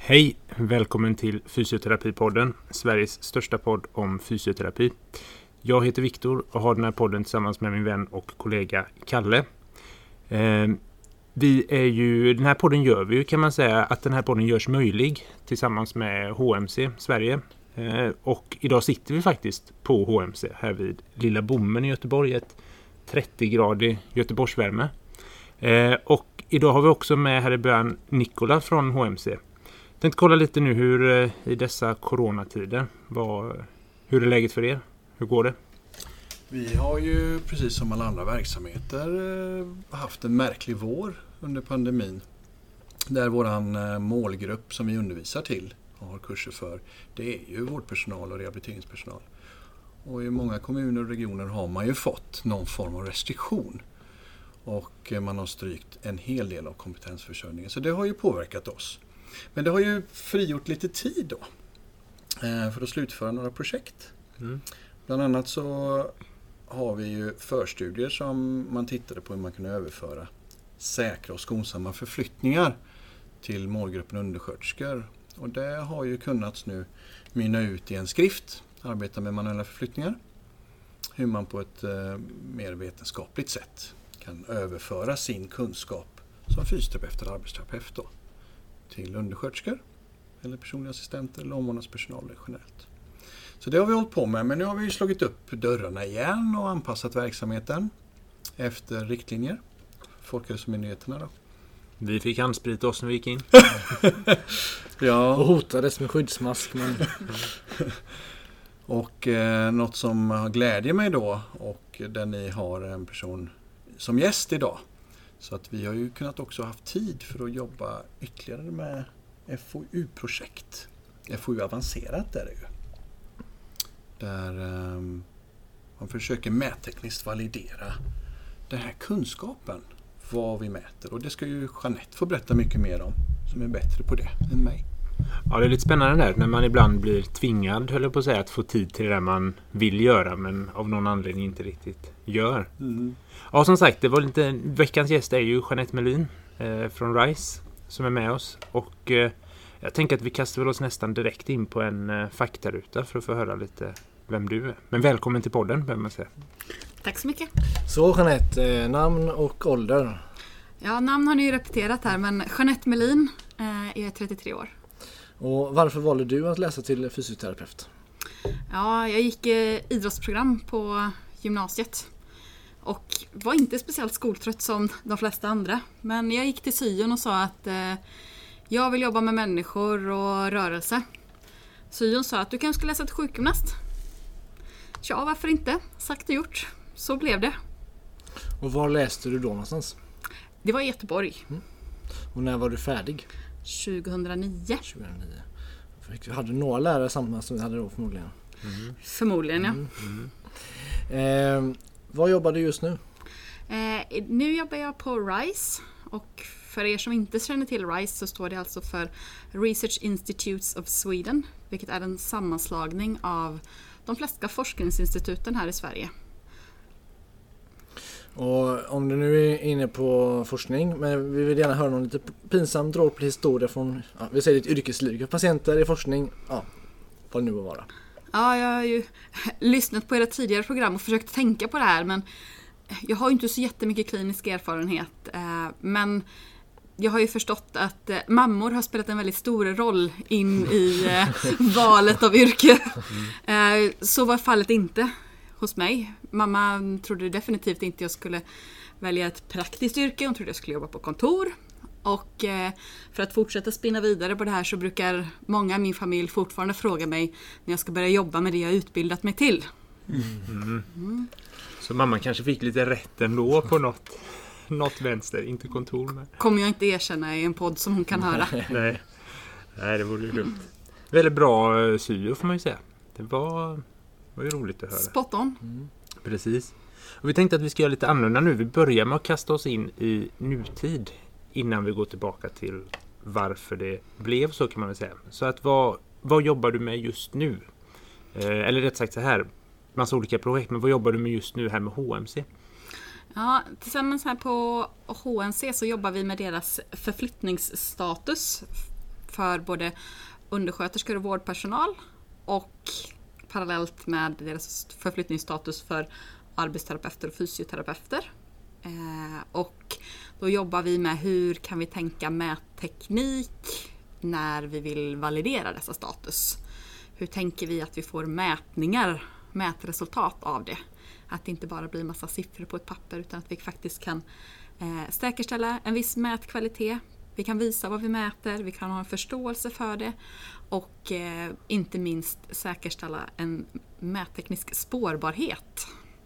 Hej, välkommen till Fysioterapipodden, Sveriges största podd om fysioterapi. Jag heter Viktor och har den här podden tillsammans med min vän och kollega Kalle. Den här podden gör vi ju, kan man säga, att den här podden görs möjlig tillsammans med HMC Sverige. Och idag sitter vi faktiskt på HMC här vid Lilla Bommen i Göteborg, ett 30-gradig Göteborgsvärme. Och idag har vi också med här i början Nikola från HMC. Jag tänkte kolla lite nu hur i dessa coronatider, hur är läget för er? Hur går det? Vi har ju precis som alla andra verksamheter haft en märklig vår under pandemin. Där våran målgrupp som vi undervisar till och har kurser för, det är ju vårdpersonal och rehabiliteringspersonal. Och i många kommuner och regioner har man ju fått någon form av restriktion. Och man har strykt en hel del av kompetensförsörjningen. Så det har ju påverkat oss. Men det har ju frigjort lite tid då för att slutföra några projekt. Bland annat så har vi ju förstudier som man tittade på hur man kunde överföra säkra och skonsamma förflyttningar till målgruppen undersköterskor. Och det har ju kunnat nu mynna ut i en skrift, arbeta med manuella förflyttningar. Hur man på ett mer vetenskapligt sätt kan överföra sin kunskap som fysioterapeut eller arbetsterapeut då, till undersköterskor eller personliga assistenter eller omvårdnadspersonal generellt. Så det har vi hållit på med, men nu har vi slagit upp dörrarna igen och anpassat verksamheten efter riktlinjer. Folkhälsomyndigheterna då. Vi fick ansprita oss när vi gick in. Ja. Och hotades med skyddsmask. Men... Och något som glädjer mig då, och där ni har en person som gäst idag. Så att vi har ju kunnat också haft tid för att jobba ytterligare med FoU-projekt. FoU avancerat är det ju. Där man försöker mättekniskt validera den här kunskapen, vad vi mäter. Och det ska ju Jeanette få berätta mycket mer om, som är bättre på det än mig. Ja, det är lite spännande där när man ibland blir tvingad, höll jag på att säga, att få tid till det man vill göra men av någon anledning inte riktigt gör. Ja, som sagt, det var lite, veckans gäst är ju Jeanette Melin från RISE som är med oss. Och jag tänker att vi kastar väl oss nästan direkt in på en faktaruta för att få höra lite vem du är. Men välkommen till podden, behöver man säga. Tack så mycket. Så Jeanette, namn och ålder? Ja, namn har ni ju repeterat här, men Jeanette Melin är 33 år. Och varför valde du att läsa till fysioterapeut? Ja, jag gick idrottsprogram på gymnasiet och var inte speciellt skoltrött som de flesta andra. Men jag gick till syon och sa att jag vill jobba med människor och rörelse. Syon sa att du kanske ska läsa till sjukgymnast. Ja, varför inte? Sagt och gjort. Så blev det. Och var läste du då någonstans? Det var i Göteborg. Och när var du färdig? 2009. Du hade några lärare samma som vi hade då förmodligen. Förmodligen, ja. Vad jobbar du just nu? Nu jobbar jag på RISE, och för er som inte känner till RISE så står det alltså för Research Institutes of Sweden, vilket är en sammanslagning av de flesta forskningsinstituten här i Sverige. Och om du nu är inne på forskning, men vi vill gärna höra någon lite pinsam dråplig historia från, vi säger ditt yrkesliv, patienter i forskning, vad det nu att vara. Ja, jag har ju lyssnat på era tidigare program och försökt tänka på det här, men jag har ju inte så jättemycket klinisk erfarenhet, men jag har ju förstått att mammor har spelat en väldigt stor roll in i valet av yrke. Så var fallet inte hos mig. Mamma trodde definitivt inte jag skulle välja ett praktiskt yrke. Hon trodde jag skulle jobba på kontor. Och för att fortsätta spinna vidare på det här så brukar många i min familj fortfarande fråga mig när jag ska börja jobba med det jag utbildat mig till. Så mamma kanske fick lite rätt ändå på något vänster, inte kontor. Men... Kommer jag inte erkänna i en podd som hon kan höra. Nej, det vore ju dumt. Väldigt bra syo får man ju säga. Det var ju roligt att höra. Spot on. Precis. Och vi tänkte att vi ska göra lite annorlunda nu. Vi börjar med att kasta oss in i nutid innan vi går tillbaka till varför det blev så, kan man väl säga. Så att vad jobbar du med just nu? Eller rätt sagt så här, massa olika projekt, men vad jobbar du med just nu här med HMC? Ja, tillsammans här på HNC så jobbar vi med deras förflyttningsstatus för både undersköterskor och vårdpersonal och parallellt med deras förflyttningsstatus för arbetsterapeuter och fysioterapeuter. Och då jobbar vi med hur kan vi tänka mätteknik när vi vill validera dessa status. Hur tänker vi att vi får mätresultat av det? Att det inte bara blir massa siffror på ett papper utan att vi faktiskt kan säkerställa en viss mätkvalitet. Vi kan visa vad vi mäter, vi kan ha en förståelse för det och inte minst säkerställa en mätteknisk spårbarhet.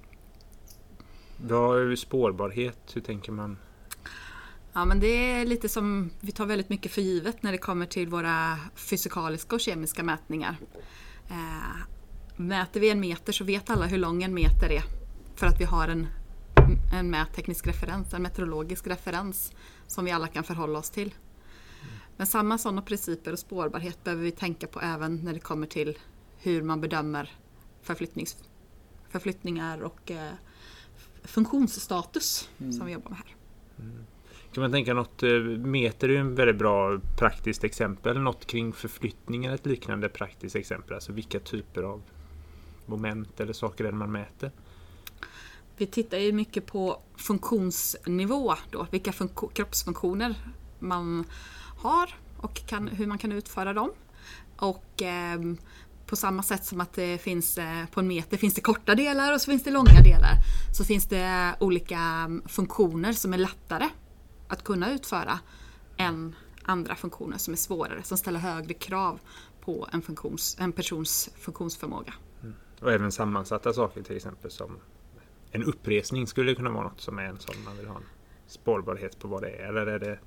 Vad är spårbarhet? Hur tänker man? Ja, men det är lite som vi tar väldigt mycket för givet när det kommer till våra fysikaliska och kemiska mätningar. Mäter vi en meter så vet alla hur lång en meter är för att vi har en mätteknisk referens, en meteorologisk referens som vi alla kan förhålla oss till. Men samma sådana principer och spårbarhet behöver vi tänka på även när det kommer till hur man bedömer förflyttningar och funktionsstatus som vi jobbar med här. Kan man tänka något, meter är ju en väldigt bra praktiskt exempel, något kring förflyttningar, ett liknande praktiskt exempel, alltså vilka typer av moment eller saker är det man mäter? Vi tittar ju mycket på funktionsnivå då, vilka kroppsfunktioner man har och hur man kan utföra dem. Och på samma sätt som att det finns på en meter finns det korta delar och så finns det långa delar, så finns det olika funktioner som är lättare att kunna utföra än andra funktioner som är svårare, som ställer högre krav på en persons funktionsförmåga. Och även sammansatta saker, till exempel som en uppresning skulle kunna vara något som är en sån man vill ha en spårbarhet på vad det är, eller är det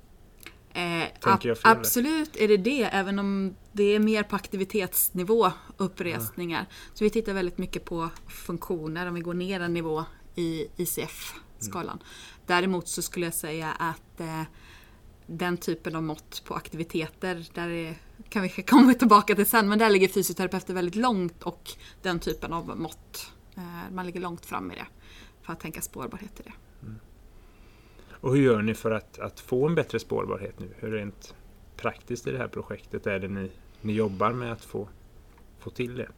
absolut är det, även om det är mer på aktivitetsnivå uppresningar. Så vi tittar väldigt mycket på funktioner om vi går ner en nivå i ICF-skalan. Däremot så skulle jag säga att den typen av mått på aktiviteter, där kan vi komma tillbaka till sen, men där ligger fysioterapeuter väldigt långt och den typen av mått, man ligger långt fram i det för att tänka spårbarhet i det. Och hur gör ni för att få en bättre spårbarhet nu? Hur rent praktiskt i det här projektet är det ni jobbar med att få till det?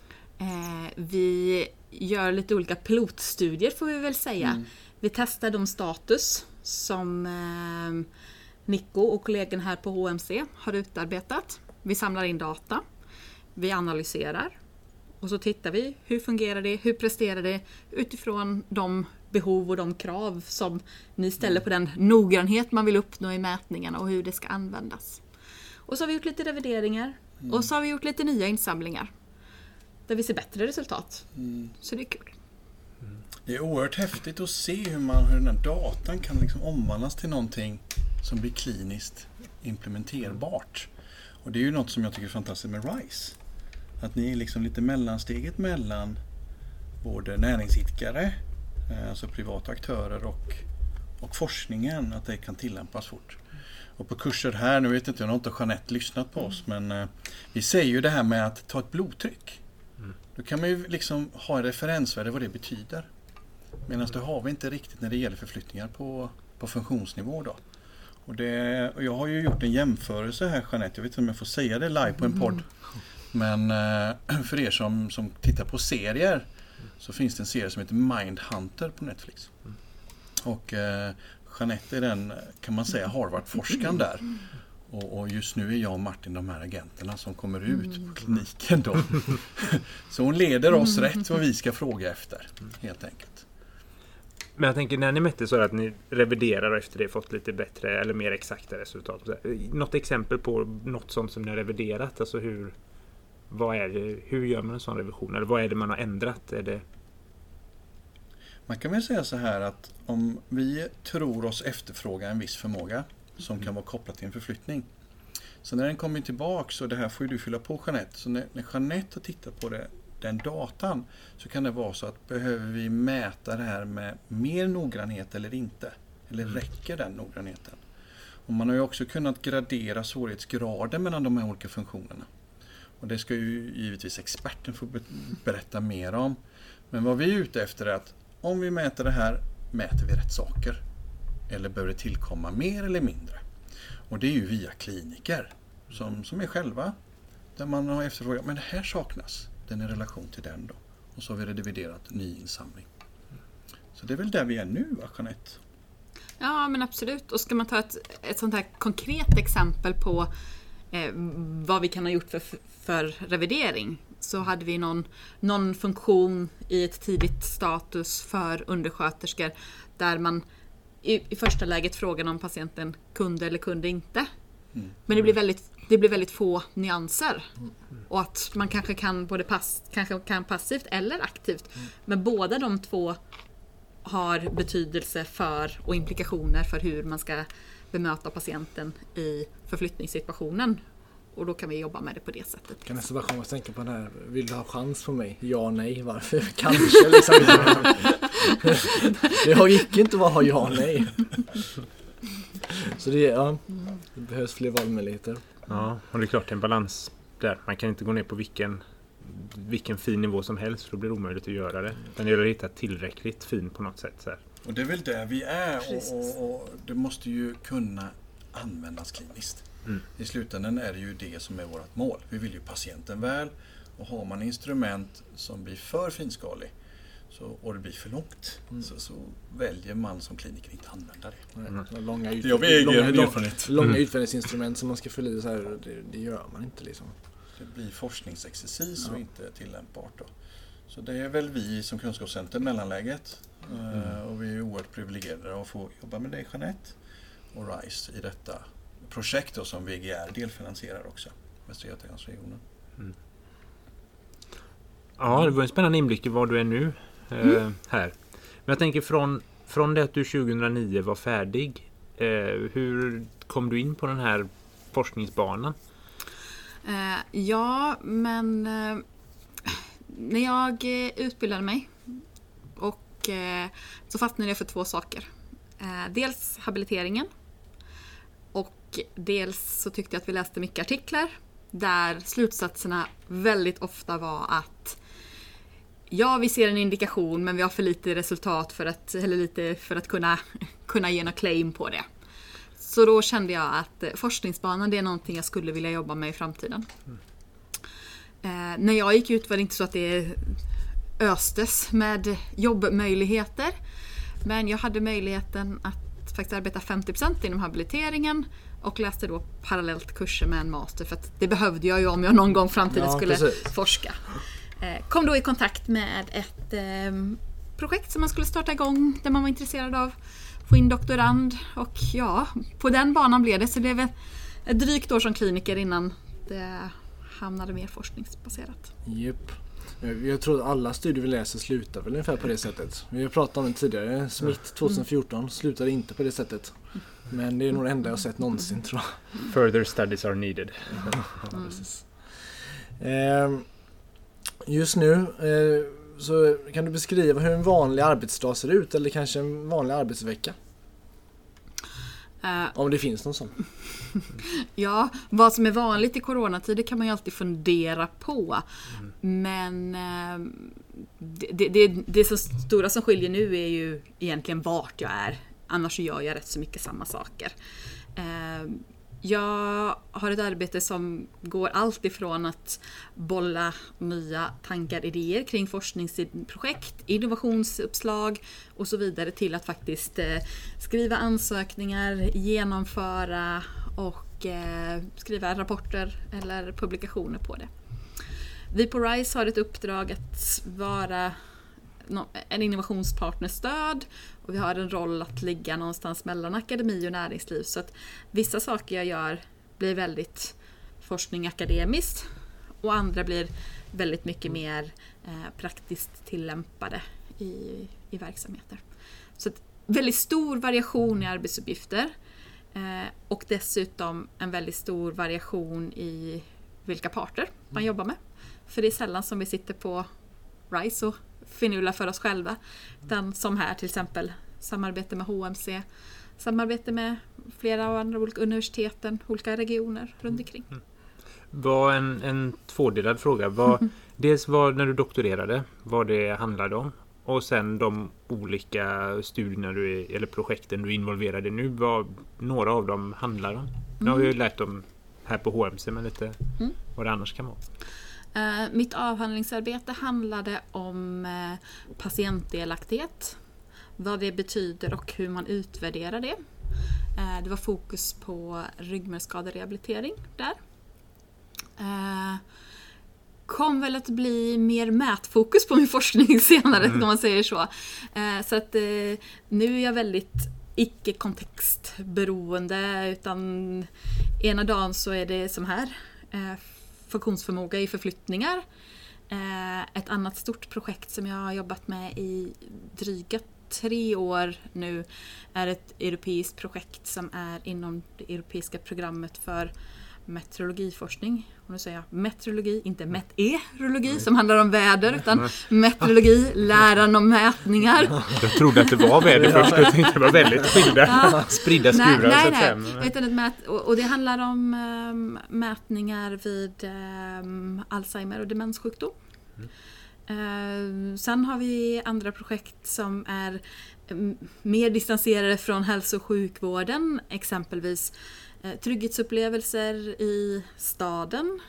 Vi gör lite olika pilotstudier får vi väl säga. Vi testar de status som Nico och kollegorna här på HMC har utarbetat. Vi samlar in data, vi analyserar och så tittar vi hur fungerar det, hur presterar det utifrån de behov och de krav som ni ställer på den noggrannhet man vill uppnå i mätningarna och hur det ska användas. Och så har vi gjort lite revideringar och så har vi gjort lite nya insamlingar där vi ser bättre resultat. Så det är kul. Det är oerhört häftigt att se hur den här datan kan liksom omvandlas till någonting som blir kliniskt implementerbart. Och det är ju något som jag tycker är fantastiskt med RISE. Att ni är liksom lite mellansteget mellan både näringsidkare, alltså privata aktörer och forskningen, att det kan tillämpas fort. Och på kurser här, nu vet inte jag, har inte Jeanette lyssnat på oss, men vi säger ju det här med att ta ett blodtryck. Då kan man ju liksom ha en referensvärde vad det betyder. Medan det har vi inte riktigt när det gäller förflyttningar på funktionsnivå då. Och jag har ju gjort en jämförelse här, Jeanette, jag vet inte om jag får säga det live på en podd. Men för er som tittar på serier så finns det en serie som heter Mindhunter på Netflix. Och Jeanette är den, kan man säga, Harvard-forskaren där. Och just nu är jag och Martin de här agenterna som kommer ut på kliniken då. Så hon leder oss rätt vad vi ska fråga efter, helt enkelt. Men jag tänker, när ni mätte så att ni reviderar och efter det fått lite bättre eller mer exakta resultat. Något exempel på något sånt som ni har reviderat? Alltså hur gör man en sån revision? Eller vad är det man har ändrat? Man kan väl säga så här att om vi tror oss efterfråga en viss förmåga som kan vara kopplat till en förflyttning. Så när den kommer tillbaka, så det här får ju du fylla på, Jeanette. Så när Jeanette har tittat på den datan, så kan det vara så att behöver vi mäta det här med mer noggrannhet eller inte? Eller räcker den noggrannheten? Och man har ju också kunnat gradera svårighetsgraden mellan de här olika funktionerna. Och det ska ju givetvis experten få berätta mer om. Men vad vi är ute efter är att om vi mäter det här, mäter vi rätt saker? Eller behöver det tillkomma mer eller mindre? Och det är ju via kliniker. som är själva. Där man har efterfrågat, men det här saknas. Den är i relation till den då. Och så har vi dividerat ny insamling. Så det är väl där vi är nu, va, Jeanette? Ja, men absolut. Och ska man ta ett sånt här konkret exempel på vad vi kan ha gjort för revidering, så hade vi någon funktion i ett tidigt status för undersköterskor där man i första läget frågan om patienten kunde eller kunde inte. Men det blir väldigt få nyanser. Och att man kanske kan kanske kan passivt eller aktivt. Men båda de två har betydelse för och implikationer för hur man ska bemöta patienten i förflyttningssituationen. Och då kan vi jobba med det på det sättet. Kan nästan bara komma och tänka på den här, vill du ha chans på mig? Ja, nej, varför? Kanske liksom. Det gick inte att ha ja, nej. Så det behövs fler valmöjligheter. Ja, och det är klart det är en balans där. Man kan inte gå ner på vilken fin nivå som helst, för då blir det omöjligt att göra det. Men det gäller att hitta tillräckligt fin på något sätt. Så här. Och det är väl där vi är och det måste ju kunna användas kliniskt. I slutändan är det ju det som är vårt mål. Vi vill ju patienten väl, och har man instrument som blir för finskalig och det blir för långt så väljer man som kliniker inte använda det. Långa utvärdningsinstrument som man ska fylla i så här, det gör man inte liksom. Det blir forskningsexercis och inte tillämpbart då. Så det är väl vi som kunskapscenter mellanläget och vi är oerhört privilegierade att få jobba med dig, Jeanette, och RISE i detta projekt då, som VGR delfinansierar också, Västra Götalandsregionen. Ja, det var en spännande inblick i var du är nu här. Men jag tänker från det att du 2009 var färdig, hur kom du in på den här forskningsbanan? När jag utbildade mig och så fastnade jag för två saker. Dels habiliteringen, och dels så tyckte jag att vi läste mycket artiklar där slutsatserna väldigt ofta var att vi ser en indikation, men vi har för lite resultat för att kunna ge någon claim på det. Så då kände jag att forskningsbanan, det är någonting jag skulle vilja jobba med i framtiden. När jag gick ut var det inte så att det östes med jobbmöjligheter, men jag hade möjligheten att faktiskt arbeta 50% inom habiliteringen och läste då parallellt kurser med en master, för att det behövde jag ju om jag någon gång i framtiden skulle forska. Kom då i kontakt med ett projekt som man skulle starta igång där man var intresserad av få in doktorand, och på den banan blev det. Så det blev ett drygt år som kliniker innan det hamnade mer forskningsbaserat. Japp. Jag tror att alla studier vi läser slutar väl ungefär på det sättet. Vi har pratat om det tidigare. Smith 2014 slutade inte på det sättet. Men det är nog det enda jag har sett någonsin, tror jag. Further studies are needed. Precis. Just nu så kan du beskriva hur en vanlig arbetsdag ser ut, eller kanske en vanlig arbetsvecka? Om det finns någon sån. Ja, vad som är vanligt i coronatider kan man ju alltid fundera på. Men det så stora som skiljer nu är ju egentligen vart jag är. Annars gör jag rätt så mycket samma saker. Jag har ett arbete som går allt ifrån att bolla nya tankar, idéer kring forskningsprojekt, innovationsuppslag och så vidare, till att faktiskt skriva ansökningar, genomföra och skriva rapporter eller publikationer på det. Vi på RISE har ett uppdrag att vara en innovationspartnerstöd, och vi har en roll att ligga någonstans mellan akademi och näringsliv, så att vissa saker jag gör blir väldigt forskning akademiskt och andra blir väldigt mycket mer praktiskt tillämpade i verksamheter. Så att väldigt stor variation i arbetsuppgifter och dessutom en väldigt stor variation i vilka parter man jobbar med. För det är sällan som vi sitter på RISE och finurlar för oss själva. Utan som här till exempel samarbete med HMC, samarbete med flera av andra olika universiteten, olika regioner runt omkring. Var en tvådelad fråga. Dels var när du doktorerade, vad det handlade om, och sen de olika studierna eller projekten du involverade nu, vad några av dem handlar om. Nu har vi ju lärt om här på HMC, men lite vad det annars kan vara. Mitt avhandlingsarbete handlade om patientdelaktighet, vad det betyder och hur man utvärderar det. Det var fokus på ryggmärgsskaderehabilitering där. Kom väl att bli mer mätfokus på min forskning senare, om man säger så. Så att nu är jag väldigt icke-kontextberoende, utan ena dagen så är det som här, funktionsförmåga i förflyttningar. Ett annat stort projekt som jag har jobbat med i dryga 3 år nu är ett europeiskt projekt som är inom det europeiska programmet för meteorologiforskning. Och nu säger jag meteorologi, inte meteorologi som handlar om väder, utan meteorologi, läran om mätningar. Jag trodde att det var väder först, jag tänkte det var väldigt skilda, spridda skurar. Nej. Och det handlar om mätningar vid Alzheimer och demenssjukdom. Sen har vi andra projekt som är mer distanserade från hälso- och sjukvården, exempelvis trygghetsupplevelser i staden.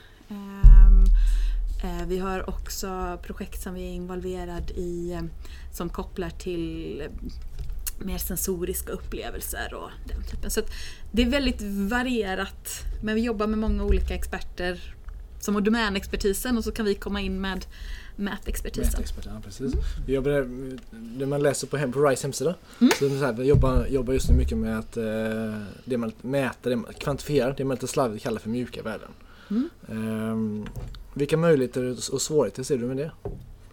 Vi har också projekt som vi är involverade i som kopplar till mer sensoriska upplevelser och den typen. Så att det är väldigt varierat, men vi jobbar med många olika experter som har domänexpertisen, och så kan vi komma in med mätexpertisen. Ja, precis. Vi jobbar, det man läser på RISE hemsida, så vi jobbar just nu mycket med att det man mäter, det man kvantifierar, det man lite slarvigt kallar för mjuka värden. Vilka möjligheter och svårigheter ser du med det?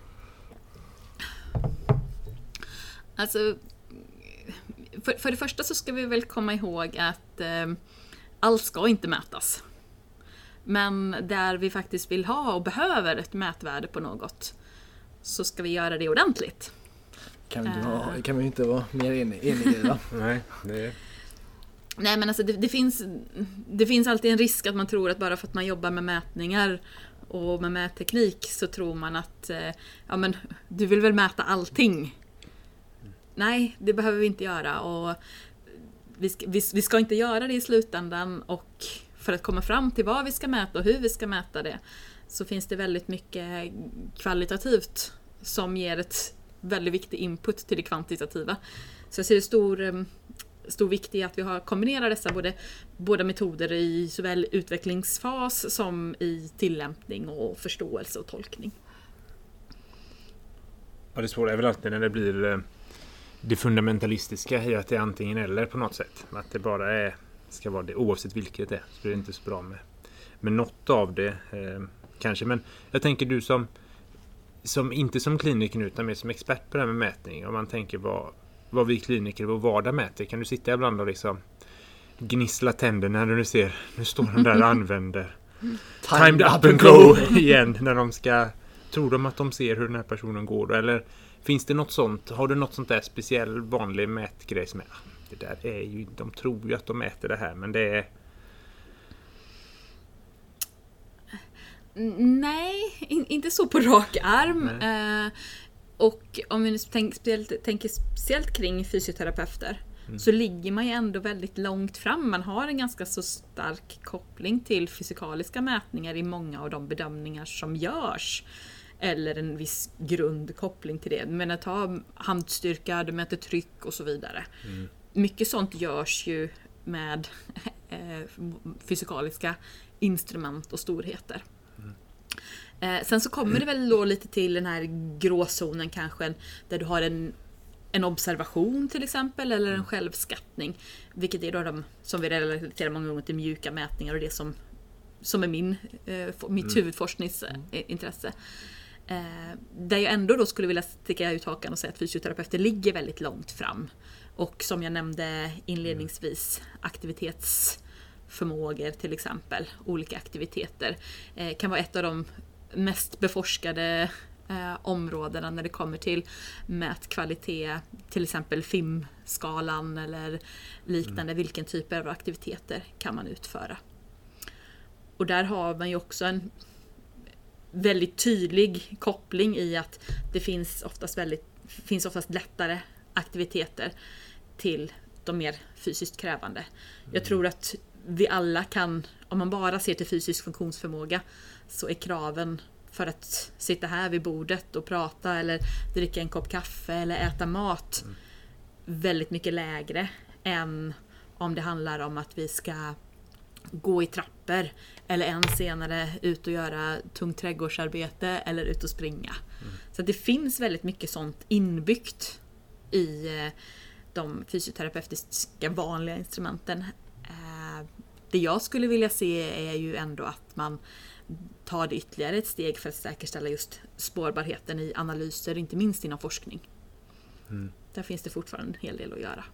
Alltså, för det första så ska vi väl komma ihåg att allt ska inte mätas. Men där vi faktiskt vill ha och behöver ett mätvärde på något, så ska vi göra det ordentligt. Kan vi inte vara mer eniga? Nej, men alltså det finns alltid en risk att man tror att bara för att man jobbar med mätningar och med mätteknik så tror man att men du vill väl mäta allting. Nej, det behöver vi inte göra, och vi ska inte göra det i slutändan, och för att komma fram till vad vi ska mäta och hur vi ska mäta det, så finns det väldigt mycket kvalitativt som ger ett väldigt viktig input till det kvantitativa. Så jag ser stor vikt i att vi har kombinerat dessa båda metoder i såväl utvecklingsfas som i tillämpning och förståelse och tolkning. Ja, det svåra är väl alltid när det blir det fundamentalistiska i att det är antingen eller på något sätt. Att det bara ska vara det oavsett vilket det är. Så det är inte så bra med något av det kanske. Men jag tänker du som inte som kliniker utan mer som expert på det här med mätning. Om man tänker vad vi kliniker och vardag mäter. Kan du sitta ibland och liksom gnissla tänderna när du ser, nu står de där och använder timed up and go igen när de ska, tror de att de ser hur den här personen går, eller finns det något sånt, har du något sånt där speciell vanlig mätgrej som det där är ju, de tror ju att de mäter det här, men det är... Nej, inte så på rak arm. Och om vi nu tänker speciellt kring fysioterapeuter, så ligger man ju ändå väldigt långt fram. Man har en ganska så stark koppling till fysikaliska mätningar i många av de bedömningar som görs. Eller en viss grundkoppling till det. Men att ha handstyrka, du mäter tryck och så vidare. Mycket sånt görs ju med fysikaliska instrument och storheter. Sen så kommer det väl då lite till den här gråzonen kanske, där du har en observation till exempel, eller en självskattning, vilket är då de som vi relaterar många gånger till mjuka mätningar, och det som är mitt huvudforskningsintresse. Där jag ändå då skulle vilja sticka ut hakan och säga att fysioterapeuter ligger väldigt långt fram, och som jag nämnde inledningsvis, aktivitetsförmågor till exempel, olika aktiviteter kan vara ett av de mest beforskade områdena när det kommer till mätkvalitet, till exempel FIM-skalan eller liknande. Vilken typ av aktiviteter kan man utföra? Och där har man ju också en väldigt tydlig koppling i att det finns oftast lättare aktiviteter till de mer fysiskt krävande. Jag tror att vi alla kan, om man bara ser till fysisk funktionsförmåga, så är kraven för att sitta här vid bordet och prata eller dricka en kopp kaffe eller äta mat väldigt mycket lägre än om det handlar om att vi ska gå i trappor eller än senare ut och göra tungt trädgårdsarbete eller ut och springa. Så att det finns väldigt mycket sånt inbyggt i de fysioterapeutiska vanliga instrumenten. Det jag skulle vilja se är ju ändå att man tar det ytterligare ett steg för att säkerställa just spårbarheten i analyser, inte minst inom forskning. Där finns det fortfarande en hel del att göra.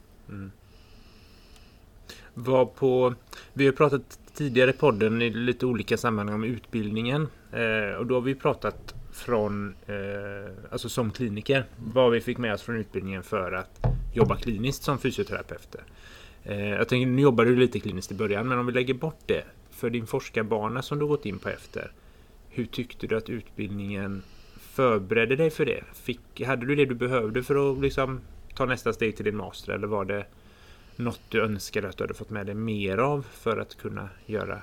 Vi har pratat tidigare i podden i lite olika sammanhang om utbildningen. Och då har vi pratat från, alltså som kliniker, vad vi fick med oss från utbildningen för att jobba kliniskt som fysioterapeuter. Jag tänker, nu jobbar du lite kliniskt i början, men om vi lägger bort det för din forskarbana som du gått in på efter. Hur tyckte du att utbildningen förberedde dig för det? Hade du det du behövde för att liksom ta nästa steg till din master, eller var det något du önskade att du hade fått med dig mer av för att kunna göra?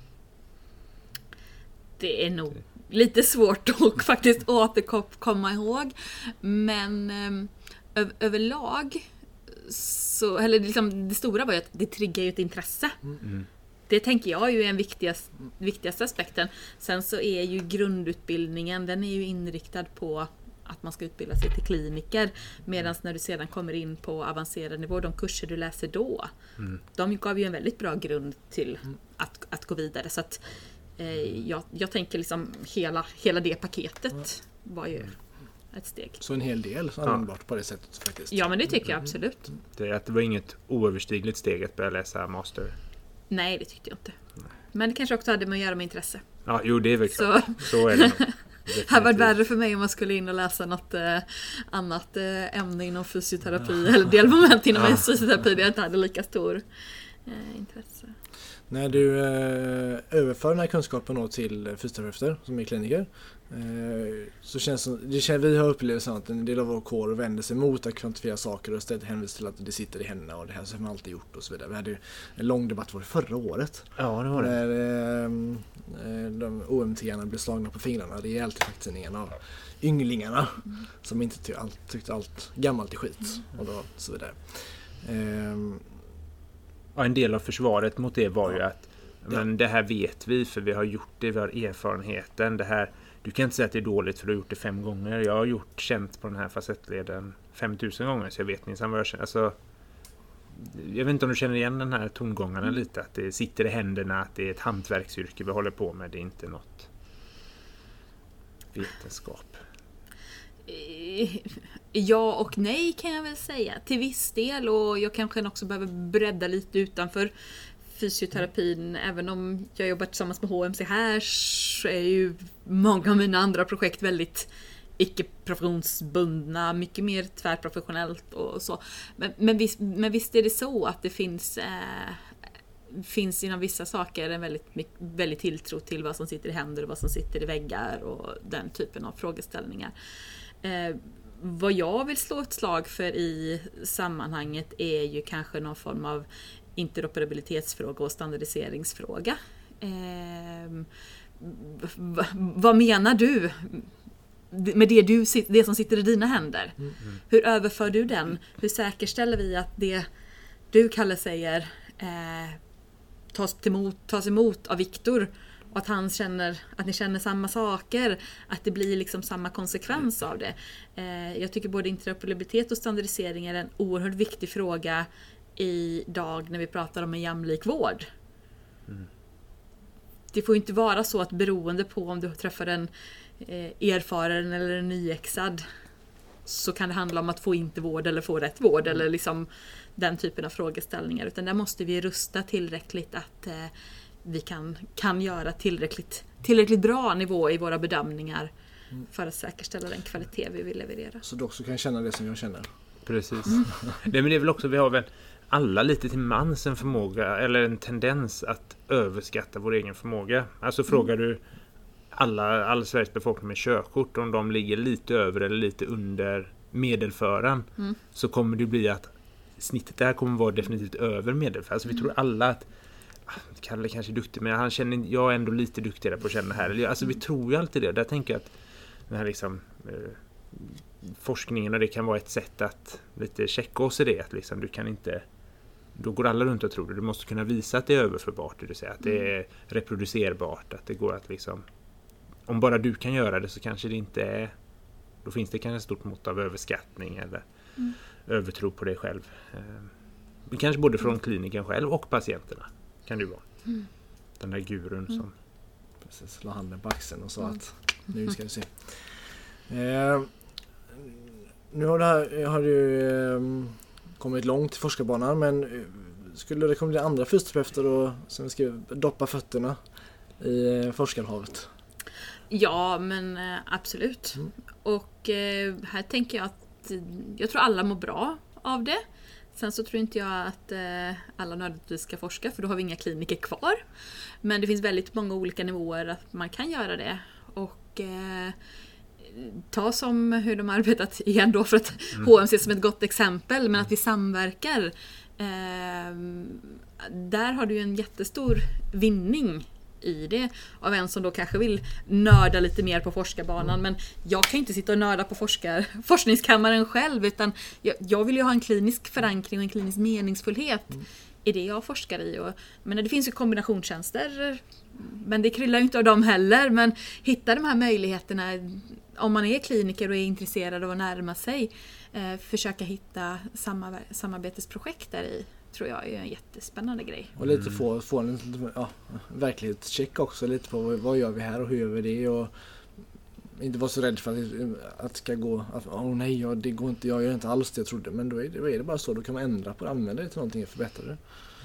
Det är nog lite svårt att faktiskt återkomma ihåg, men överlag så, eller liksom det stora var ju att det triggar ju ett intresse. Det tänker jag ju är den viktigaste aspekten. Sen så är ju grundutbildningen, den är ju inriktad på att man ska utbilda sig till kliniker, medan när du sedan kommer in på avancerad nivå, de kurser du läser då, de gav ju en väldigt bra grund till att gå vidare. Så att jag tänker liksom hela det paketet var ju ett steg. Så en hel del användbart på det sättet faktiskt. Ja, men det tycker jag absolut. Det var inget oöverstigligt steg att börja läsa master. Nej, det tyckte jag inte. Men det kanske också hade med att göra med intresse. Ja, jo, det är väl klart. Så är det nog. Det hade varit värre för mig om man skulle in och läsa något annat ämne inom fysioterapi eller delmoment inom fysioterapi där jag inte hade lika stor intresse. När du överför den här kunskapen då till fysioterapeuter som är kliniker, så känns det, vi har upplevt så att en del av vår kår vänder sig mot att kvantifiera saker och istället hänvisar till att det sitter i händerna och det här som man alltid gjort och så vidare. Vi hade ju en lång debatt förra året. Ja, det var det. När de OMT-arna blev slagna på fingrarna rejält i facktidningarna av ynglingarna som inte tyckte allt gammalt är skit och då, så vidare. Ja, en del av försvaret mot det var ju att men det här vet vi för vi har gjort det, vi har erfarenheten. Det här, du kan inte säga att det är dåligt för du har gjort det 5 gånger. Jag har känt på den här facettleden 5000 gånger så jag vet minsann vad jag känner. Alltså, jag vet inte om du känner igen den här tongångarna lite, att det sitter i händerna, att det är ett hantverksyrke vi håller på med, det är inte något vetenskap. Ja och nej kan jag väl säga. Till viss del, och jag kanske också behöver bredda lite utanför fysioterapin. Även om jag jobbar tillsammans med HMC här så är ju många av mina andra projekt väldigt icke-professionsbundna, mycket mer tvärprofessionellt och så. Men visst är det så att det finns inom vissa saker en väldigt tilltro till vad som sitter i händer och vad som sitter i väggar och den typen av frågeställningar. Vad jag vill slå ett slag för i sammanhanget är ju kanske någon form av interoperabilitetsfråga och standardiseringsfråga. Vad menar du med det som sitter i dina händer? Hur överför du den? Hur säkerställer vi att det du Kalle säger tas emot av Viktor och att han känner att ni känner samma saker, att det blir liksom samma konsekvens av det. Jag tycker både interoperabilitet och standardisering är en oerhört viktig fråga idag när vi pratar om en jämlik vård. Det får inte vara så att beroende på om du träffar en erfaren eller en nyexad så kan det handla om att få inte vård eller få rätt vård eller liksom den typen av frågeställningar, utan där måste vi rusta tillräckligt att vi kan göra tillräckligt bra nivå i våra bedömningar för att säkerställa den kvalitet vi vill leverera. Så du också kan känna det som jag känner. Precis. Det, men det är väl också, vi har väl alla lite till mans en förmåga eller en tendens att överskatta vår egen förmåga. Alltså frågar du alla Sveriges befolkning med körkort om de ligger lite över eller lite under medelföran så kommer det bli att snittet där kommer vara definitivt över medelföran. Alltså vi tror alla Kalle kanske är duktig, men jag är ändå lite duktigare på att känna här. Alltså vi tror ju alltid det. Där tänker jag att den här liksom, forskningen, och det kan vara ett sätt att lite checka oss i det. Att liksom, du kan inte, då går alla runt och tror det. Du måste kunna visa att det är överförbart, det vill säga att det är reproducerbart, att det går att liksom, om bara du kan göra det så kanske det inte är, då finns det kanske ett stort mått av överskattning eller övertro på dig själv. Kanske både från kliniken själv och patienterna kan det vara. Den där gurun som precis slår handen på axeln och sa att nu ska du se. Nu har du kommit långt i forskarbanan, men skulle det komma andra fysioterapeuter och som ska doppa fötterna i forskarhavet? Ja, men absolut. Och här tänker jag att jag tror alla mår bra av det. Sen så tror inte jag att alla nödvändigtvis ska forska, för då har vi inga kliniker kvar. Men det finns väldigt många olika nivåer att man kan göra det. Och ta som hur de arbetat igen då, för att HMC som ett gott exempel, men att vi samverkar. Där har du ju en jättestor vinning i det, av en som då kanske vill nörda lite mer på forskarbanan, men jag kan inte sitta och nörda på forskningskammaren själv, utan jag vill ju ha en klinisk förankring och en klinisk meningsfullhet i det jag forskar i. Men det finns ju kombinationstjänster, men det kryllar ju inte av dem heller, men hitta de här möjligheterna om man är kliniker och är intresserad av att närma sig, försöka hitta samarbetesprojekt där i, tror jag är en jättespännande grej. Och lite få en verklighetscheck också, lite på vad gör vi här och hur gör vi det, och inte vara så rädd för att ska gå, det går inte, jag gör inte alls det jag trodde, men då är det bara så, då kan man ändra på det, använda det till någonting och förbättra det.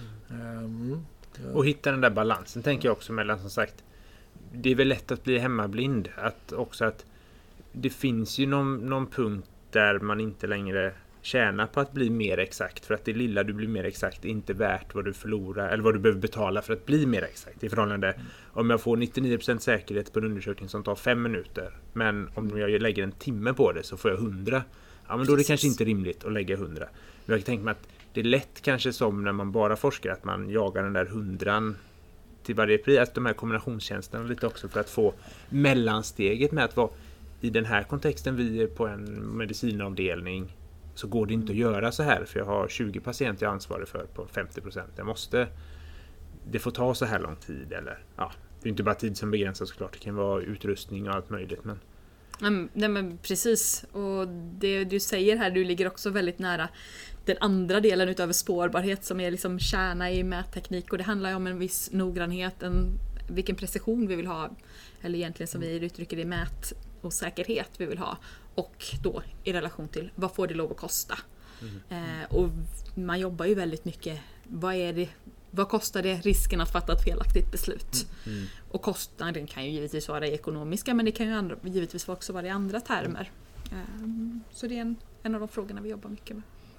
Och hitta den där balansen tänker jag också mellan, som sagt, det är väl lätt att bli hemmablind, att det finns ju någon punkt där man inte längre tjänar på att bli mer exakt, för att det lilla du blir mer exakt är inte värt vad du förlorar eller vad du behöver betala för att bli mer exakt. I förhållande, om jag får 99% säkerhet på en undersökning som tar 5 minuter, men om jag lägger en timme på det så får jag 100. Ja, men då är det kanske inte rimligt att lägga 100. Men jag tänker mig att det är lätt kanske som när man bara forskar, att man jagar den där 100 till varje pris, att de här kombinationstjänsterna lite också, för att få mellansteget med att vara i den här kontexten, vi är på en medicinavdelning, så går det inte att göra så här, för jag har 20 patienter jag är ansvarig för på 50%. Det får ta så här lång tid, eller det är inte bara tid som begränsas såklart, det kan vara utrustning och allt möjligt, men nej, men precis, och det du säger här, du ligger också väldigt nära den andra delen utöver spårbarhet, som är liksom kärna i mätteknik, och det handlar ju om en viss noggrannhet, vilken precision vi vill ha, eller egentligen som vi uttrycker det, mät och säkerhet vi vill ha, och då i relation till vad får det lov att kosta. Och man jobbar ju väldigt mycket, vad kostar det risken att fatta ett felaktigt beslut? Och kostnaden kan ju givetvis vara ekonomiska, men det kan ju givetvis också vara i andra termer. Så det är en av de frågorna vi jobbar mycket med.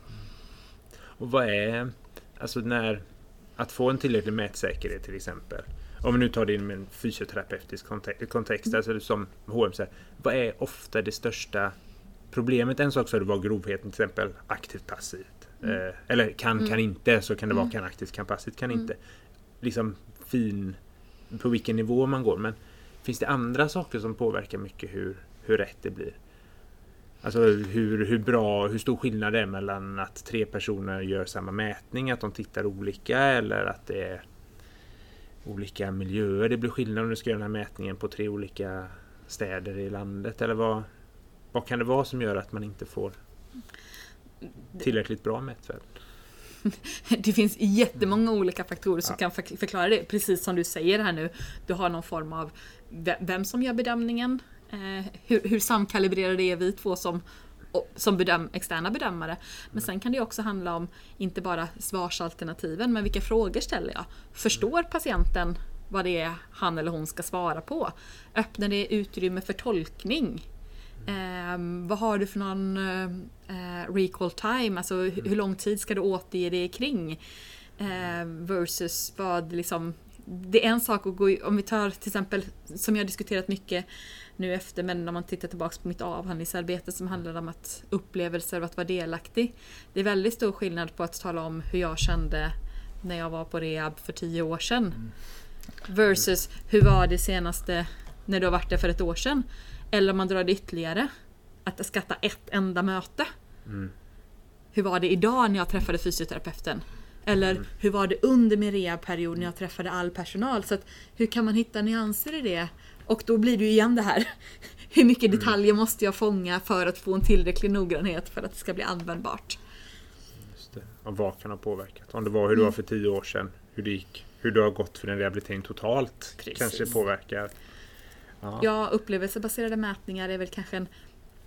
Och vad är, alltså att få en tillräcklig mätsäkerhet till exempel, om vi nu tar det in med en fysioterapeutisk kontext, alltså som HMC, vad är ofta det största problemet? En sak så är det var grovheten, till exempel aktivt passivt. Eller kan inte, så kan det vara kan aktivt, kan passivt, kan inte. Liksom på vilken nivå man går. Men finns det andra saker som påverkar mycket hur rätt det blir? Alltså hur stor skillnad det är mellan att 3 personer gör samma mätning, att de tittar olika, eller att det är olika miljöer. Det blir skillnad om du ska göra den här mätningen på 3 olika städer i landet, eller vad kan det vara som gör att man inte får tillräckligt bra mätfält? Det finns jättemånga olika faktorer som kan förklara det, precis som du säger här nu. Du har någon form av vem som gör bedömningen, hur samkalibrerade är vi två som externa bedömare. Men sen kan det också handla om inte bara svarsalternativen, men vilka frågor ställer jag? Förstår patienten vad det är han eller hon ska svara på? Öppnar det utrymme för tolkning? Vad har du för någon recall time? Alltså hur lång tid ska du återge det kring? Versus vad liksom... Det är en sak att gå... Om vi tar till exempel, som jag har diskuterat mycket nu efter, men när man tittar tillbaka på mitt avhandlingsarbete som handlar om upplevelser av att vara delaktig. Det är väldigt stor skillnad på att tala om hur jag kände när jag var på rehab för 10 år sedan. Versus hur var det senaste när du har varit där för ett år sedan. Eller om man drar det ytterligare. Att skatta ett enda möte. Hur var det idag när jag träffade fysioterapeuten? Eller hur var det under min rehabperiod när jag träffade all personal? Så att, hur kan man hitta nyanser i det? Och då blir det ju igen det här. Hur mycket detaljer måste jag fånga för att få en tillräcklig noggrannhet för att det ska bli användbart? Just det. Och vad kan ha påverkat? Om det var hur det var för 10 år sedan, hur det gick, hur det har gått för en rehabilitering totalt. Precis. Kanske påverkar. Ja, upplevelsebaserade mätningar är väl kanske en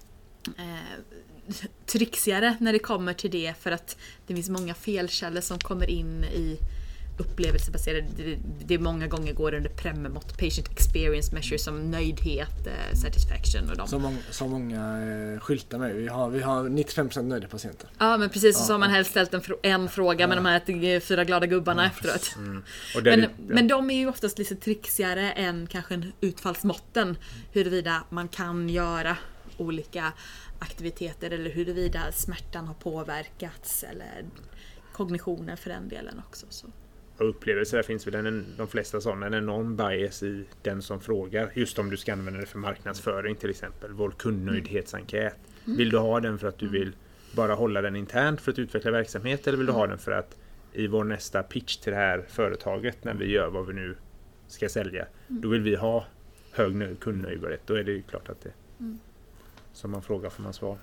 trixigare när det kommer till det, för att det finns många felkällor som kommer in i upplevelsebaserade. Det många gånger går under PREM-mått, Patient Experience Measure, som nöjdhet, satisfaction och dem. Som många skyltar med. Vi har 95% nöjda patienter. Ja, men precis, så har man helst ställt en fråga med de här 4 glada gubbarna efteråt. Och men de är ju oftast lite trixigare än kanske en utfallsmåtten, huruvida man kan göra olika aktiviteter eller huruvida smärtan har påverkats eller kognitionen för den delen också. Så. Och upplevelser, där finns väl de flesta sådana, en enorm bias i den som frågar, just om du ska använda det för marknadsföring till exempel, vår kundnöjdhetsenkät. Vill du ha den för att du vill bara hålla den internt för att utveckla verksamhet, eller vill du ha den för att i vår nästa pitch till det här företaget, när vi gör vad vi nu ska sälja, då vill vi ha hög kundnöjdhet. Då är det ju klart att det som man frågar får man svar.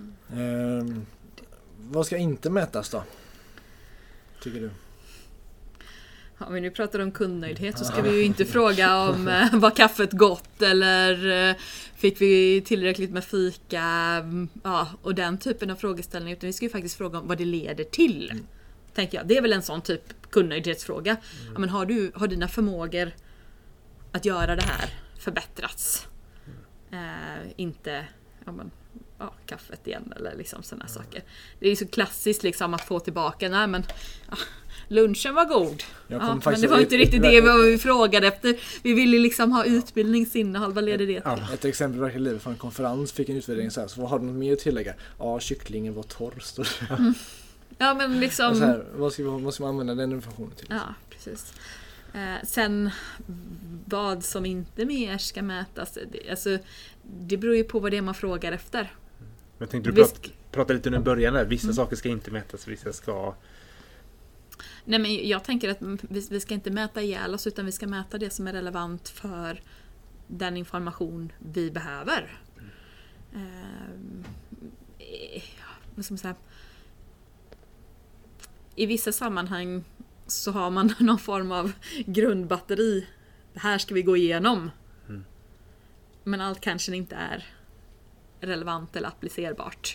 Vad ska inte mätas då? Tycker du? Om vi nu pratar om kundnöjdhet så ska vi ju inte fråga om var kaffet gott eller fick vi tillräckligt med fika, och den typen av frågeställningar, utan vi ska ju faktiskt fråga om vad det leder till. Tänker jag. Det är väl en sån typ kundnöjdhetsfråga. Ja, men har dina förmågor att göra det här förbättrats? Inte kaffet igen eller liksom sådana saker. Det är så klassiskt liksom att få tillbaka, lunchen var god. Men det var inte riktigt det vi frågade efter. Vi ville liksom ha utbildningsinnehåll. Vad leder det till? Ett exempel verkligen livet från en konferens fick en utvärdering så här. Så vad har du något mer att tillägga? Ja, kycklingen var torr. Ja, men liksom... Så här, vad ska man använda den informationen till? Ja, precis. Sen vad som inte mer ska mätas, det beror ju på vad det är man frågar efter. Jag tänkte du prata lite under början där. Vissa saker ska inte mätas, vissa ska... Nej, men jag tänker att vi ska inte mäta ihjäl oss, utan vi ska mäta det som är relevant för den information vi behöver. Vad ska man säga? I vissa sammanhang så har man någon form av grundbatteri. Det här ska vi gå igenom. Men allt kanske inte är relevant eller applicerbart.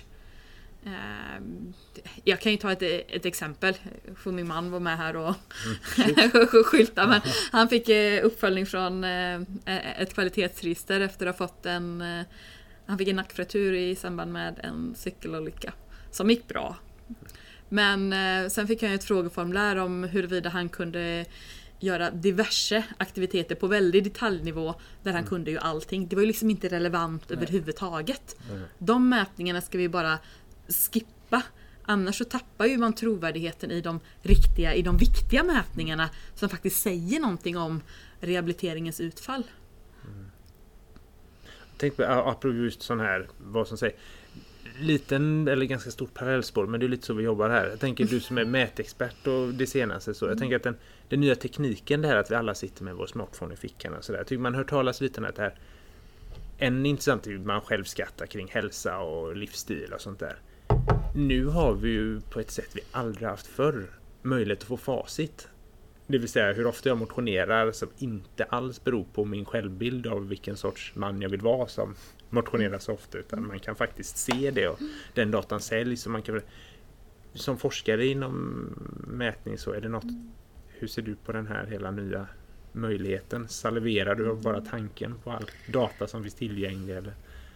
Jag kan ju ta ett exempel. För min man var med här och skylta, men han fick uppföljning från ett kvalitetsregister efter att ha fått han fick en nackfraktur i samband med en cykelolycka som gick bra. Men sen fick han ett frågeformulär om huruvida han kunde göra diverse aktiviteter på väldigt detaljnivå där han kunde ju allting. Det var ju liksom inte relevant överhuvudtaget. De mätningarna ska vi bara skippa. Annars så tappar ju man trovärdigheten i de viktiga mätningarna som faktiskt säger någonting om rehabiliteringens utfall. Tänk på apropå just sån här, vad som säger liten eller ganska stort parallellspår, men det är lite så vi jobbar här. Jag tänker du som är mätexpert och det senaste så. Jag tänker att den nya tekniken, det här att vi alla sitter med vår smartphone i fickan och sådär. Jag tycker man hör talas lite om det här. En intressant är man själv skattar kring hälsa och livsstil och sånt där. Nu har vi ju på ett sätt vi aldrig haft förr möjlighet att få facit. Det vill säga hur ofta jag motionerar som inte alls beror på min självbild av vilken sorts man jag vill vara som motionerar så ofta, utan man kan faktiskt se det och den datan säljs och man kan, som forskare inom mätning så är det något. Hur ser du på den här hela nya möjligheten? Saliverar du av bara tanken på all data som finns tillgänglig eller?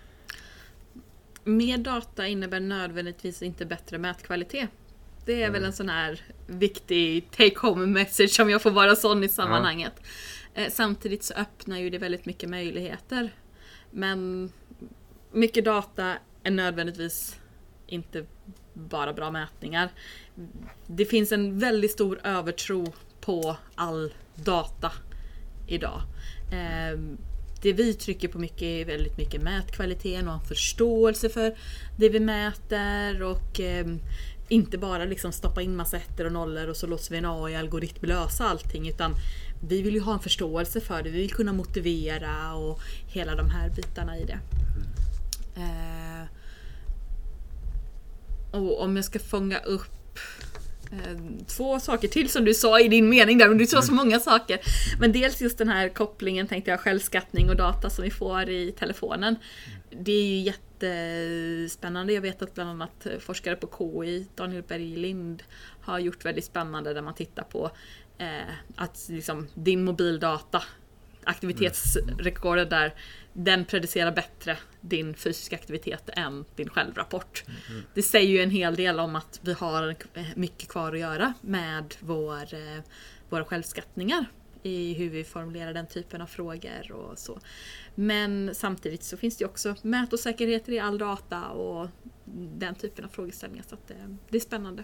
Mer data innebär nödvändigtvis inte bättre mätkvalitet. Det är väl en sån här viktig take-home message om jag får vara sån i sammanhanget. Samtidigt så öppnar ju det väldigt mycket möjligheter. Men mycket data är nödvändigtvis inte bara bra mätningar. Det finns en väldigt stor övertro på all data idag. Det vi trycker på mycket är väldigt mycket mätkvaliteten och en förståelse för det vi mäter och inte bara liksom stoppa in massa ettor och nollor och så låter vi en AI-algoritm lösa allting, utan vi vill ju ha en förståelse för det. Vi vill kunna motivera och hela de här bitarna i det. Och om jag ska fånga upp två saker till som du sa i din mening där, men du sa så många saker. Men dels just den här kopplingen, tänkte jag, självskattning och data som vi får i telefonen. Det är ju jättespännande. Jag vet att bland annat forskare på KI, Daniel Berglind, har gjort väldigt spännande där man tittar på att liksom, din mobildata, aktivitetsrekordet där, den predicerar bättre din fysiska aktivitet än din självrapport. Det säger ju en hel del om att vi har mycket kvar att göra med våra självskattningar i hur vi formulerar den typen av frågor och så. Men samtidigt så finns det också mätosäkerheter i all data och den typen av frågeställningar, så att det är spännande.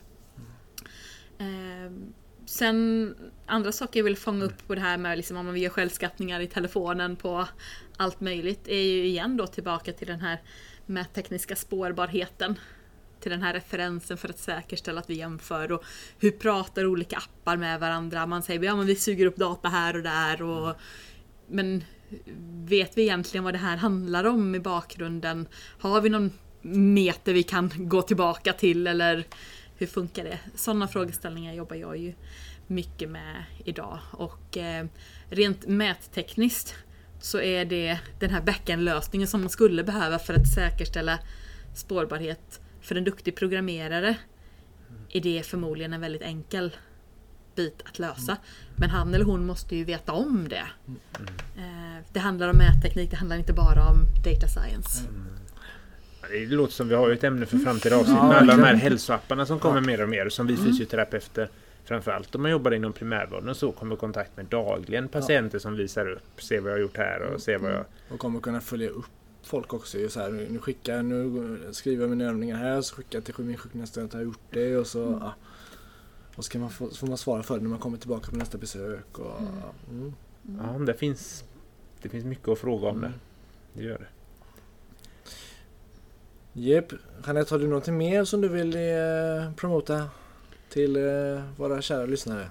Sen andra saker jag vill fånga upp på det här med liksom, om man gör självskattningar i telefonen på allt möjligt, är ju igen då tillbaka till den här mättekniska spårbarheten, till den här referensen för att säkerställa att vi jämför, och hur pratar olika appar med varandra. Man säger ja, men vi suger upp data här och där, men vet vi egentligen vad det här handlar om i bakgrunden? Har vi någon meter vi kan gå tillbaka till, eller hur funkar det? Sådana frågeställningar jobbar jag ju mycket med idag. Och rent mättekniskt så är det den här backend-lösningen som man skulle behöva för att säkerställa spårbarhet. För en duktig programmerare är det förmodligen en väldigt enkel bit att lösa. Men han eller hon måste ju veta om det. Det handlar om mätteknik, det handlar inte bara om data science. Det låter som vi har ett ämne för framtida avsnitt med alla de här hälsoapparna som kommer mer och mer, som vi fysioterapeuter, framförallt om man jobbar inom primärvården, så kommer i kontakt med dagligen patienter som visar upp, se vad jag har gjort här och se vad jag... Och kommer kunna följa upp folk också. Så här, nu skriver jag mina övningar här, så skickar jag till min sjukgymnast att jag har gjort det, och så och så kan får man svara för det när man kommer tillbaka på nästa besök. Och, Ja, det finns mycket att fråga om det. Det gör det. Jep. Jeanette, har du något mer som du vill promota till våra kära lyssnare?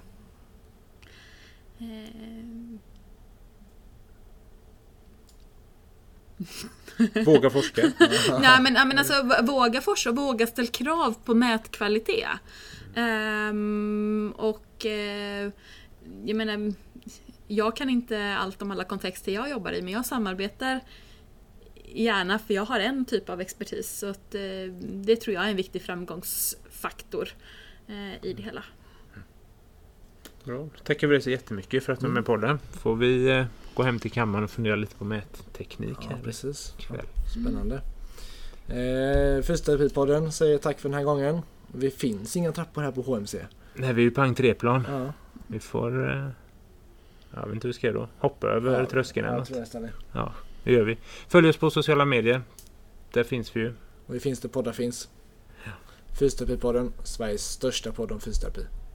Våga forska. Nej, men alltså, våga forska, våga ställa krav på mätkvalitet. Jag menar, jag kan inte allt om alla kontexter jag jobbar i, men jag samarbetar gärna, för jag har en typ av expertis, så att, det tror jag är en viktig framgångsfaktor i det hela. Bra, tackar vi dig så jättemycket för att du är med på podden. Får vi gå hem till kammaren och fundera lite på mätteknik här. Precis. Kväll. Spännande. Fysioterapipodden säger tack för den här gången. Vi finns inga trappor här på HMC. Nej, vi är ju på entréplan. Ja. Vi får... jag vet inte hur vi ska då. Hoppa över tröskeln eller något. Ja, det gör vi. Följ oss på sociala medier. Där finns vi ju. Och vi finns där poddar finns. Fysioterapipodden, Sveriges största podd om fysioterapi.